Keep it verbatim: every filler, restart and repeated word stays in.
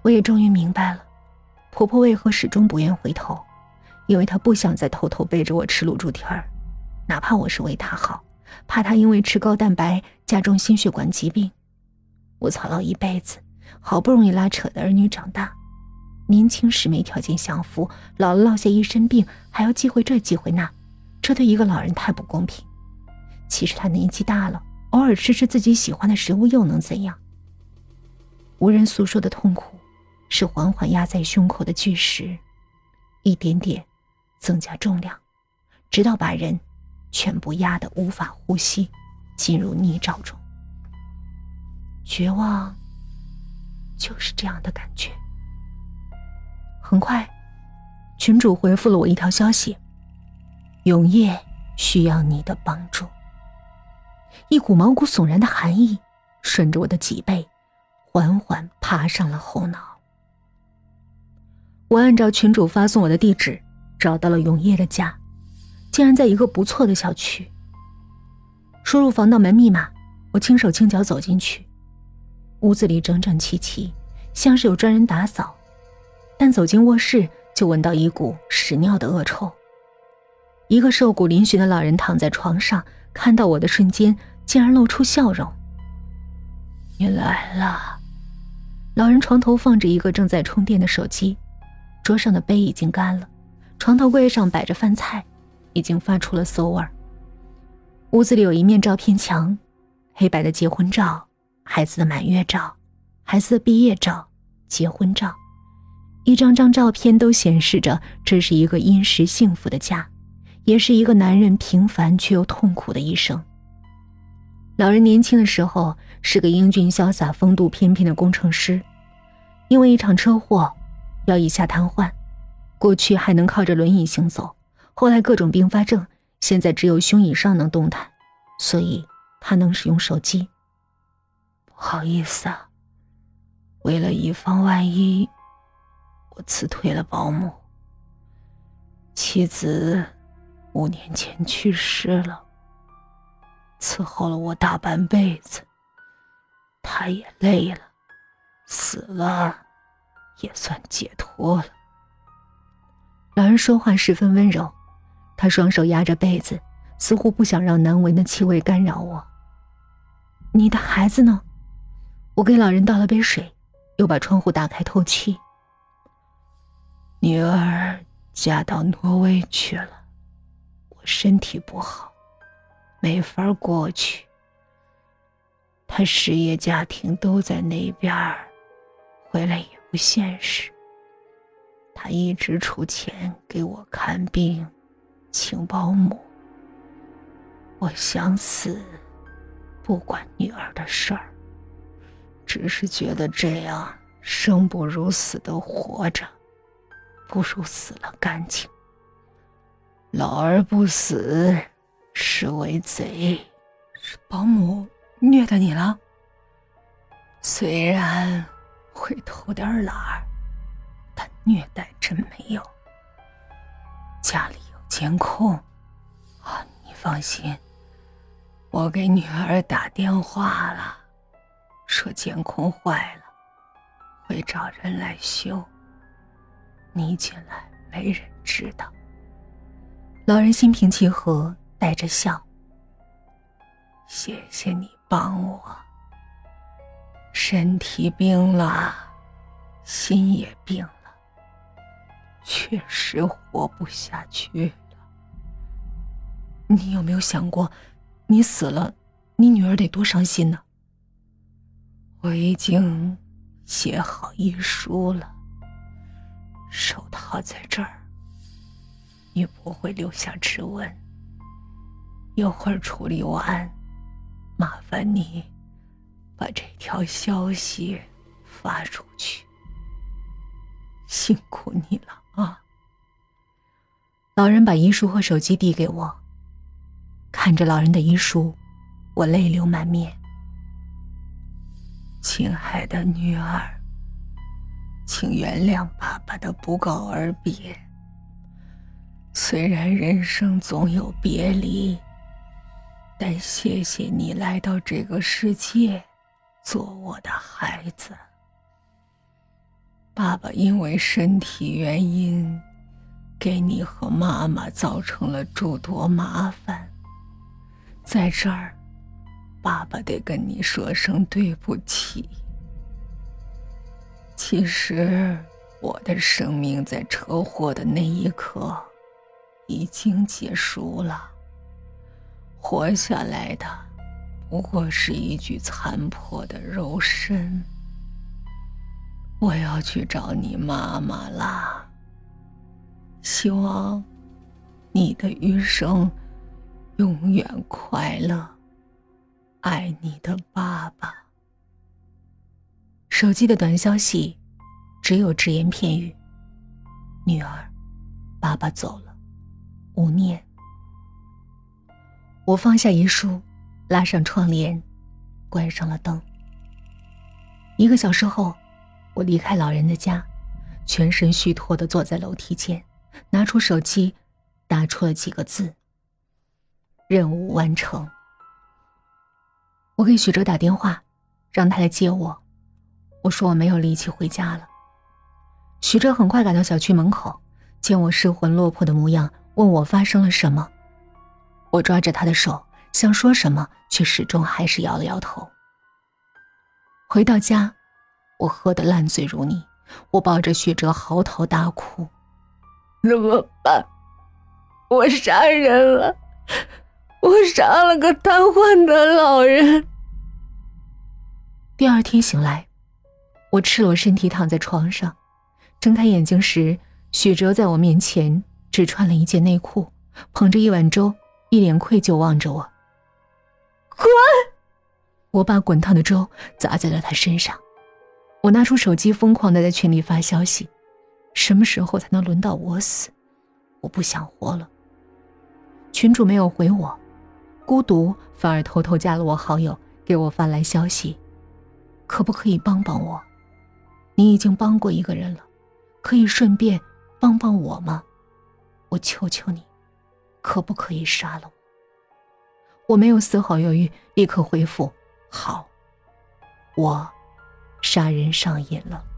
我也终于明白了，婆婆为何始终不愿回头，因为她不想再偷偷背着我吃卤猪蹄儿，哪怕我是为她好，怕她因为吃高蛋白加重心血管疾病。我操劳一辈子，好不容易拉扯的儿女长大，年轻时没条件享福，老了落下一身病，还要忌讳这忌讳那，这对一个老人太不公平。其实他年纪大了，偶尔吃吃自己喜欢的食物又能怎样？无人诉说的痛苦是缓缓压在胸口的巨石，一点点增加重量，直到把人全部压得无法呼吸，进入泥沼中。绝望就是这样的感觉。很快，群主回复了我一条消息：永夜需要你的帮助。一股毛骨悚然的寒意顺着我的脊背缓缓爬上了后脑。我按照群主发送我的地址找到了永夜的家，竟然在一个不错的小区。输入防盗门密码，我轻手轻脚走进去，屋子里整整齐齐，像是有专人打扫，但走进卧室就闻到一股屎尿的恶臭。一个瘦骨嶙峋的老人躺在床上，看到我的瞬间竟然露出笑容。你来了。老人床头放着一个正在充电的手机，桌上的杯已经干了，床头柜上摆着饭菜，已经发出了馊味儿。屋子里有一面照片墙，黑白的结婚照，孩子的满月照，孩子的毕业照，结婚照，一张张照片都显示着这是一个殷实幸福的家，也是一个男人平凡却又痛苦的一生。老人年轻的时候是个英俊潇洒风度翩翩的工程师，因为一场车祸腰以下瘫痪，过去还能靠着轮椅行走，后来各种并发症，现在只有胸以上能动弹，所以他能使用手机。不好意思啊，为了以防万一，我辞退了保姆。妻子五年前去世了，伺候了我大半辈子，他也累了，死了也算解脱了。老人说话十分温柔，他双手压着被子，似乎不想让难闻的气味干扰我。你的孩子呢？我给老人倒了杯水，又把窗户打开透气。女儿嫁到挪威去了，我身体不好，没法过去。她事业家庭都在那边，回来也不现实。她一直出钱给我看病，请保姆。我想死，不管女儿的事儿，只是觉得这样生不如死的活着，不如死了干净。老而不死，是为贼。是保姆虐待你了？虽然会偷点懒儿，但虐待真没有。家里有监控啊，你放心，我给女儿打电话了，说监控坏了，会找人来修。你进来没人知道。老人心平气和，带着笑。谢谢你帮我，身体病了，心也病了，确实活不下去了。你有没有想过，你死了，你女儿得多伤心呢？我已经写好遗书了，手套在这儿，你不会留下指纹。一会儿处理完，麻烦你把这条消息发出去。辛苦你了啊。老人把遗书和手机递给我，看着老人的遗书，我泪流满面。亲爱的女儿，请原谅爸爸的不告而别。虽然人生总有别离，但谢谢你来到这个世界，做我的孩子。 爸爸因为身体原因，给你和妈妈造成了诸多麻烦。在这儿，爸爸得跟你说声对不起。其实，我的生命在车祸的那一刻已经结束了，活下来的不过是一具残破的肉身。我要去找你妈妈啦，希望你的余生永远快乐，爱你的爸爸。手机的短消息只有只言片语：女儿，爸爸走了，勿念。我放下遗书，拉上窗帘，关上了灯。一个小时后，我离开老人的家，全身虚脱地坐在楼梯间，拿出手机，打出了几个字：任务完成。我给许哲打电话，让他来接我。我说我没有力气回家了。许哲很快赶到小区门口，见我失魂落魄的模样，问我发生了什么。我抓着他的手，想说什么，却始终还是摇了摇头。回到家，我喝得烂醉如泥，我抱着许哲嚎啕大哭。怎么办？我杀人了，我杀了个瘫痪的老人。第二天醒来，我赤裸身体躺在床上，睁开眼睛时，许哲在我面前只穿了一件内裤，捧着一碗粥，一脸愧疚望着我。滚！我把滚烫的粥砸在了他身上。我拿出手机，疯狂地在群里发消息，什么时候才能轮到我死？我不想活了。群主没有回我，孤独反而偷偷加了我好友，给我发来消息：可不可以帮帮我？你已经帮过一个人了，可以顺便帮帮我吗？我求求你，可不可以杀了我？我没有丝毫犹豫，立刻回复：好，我杀人上瘾了。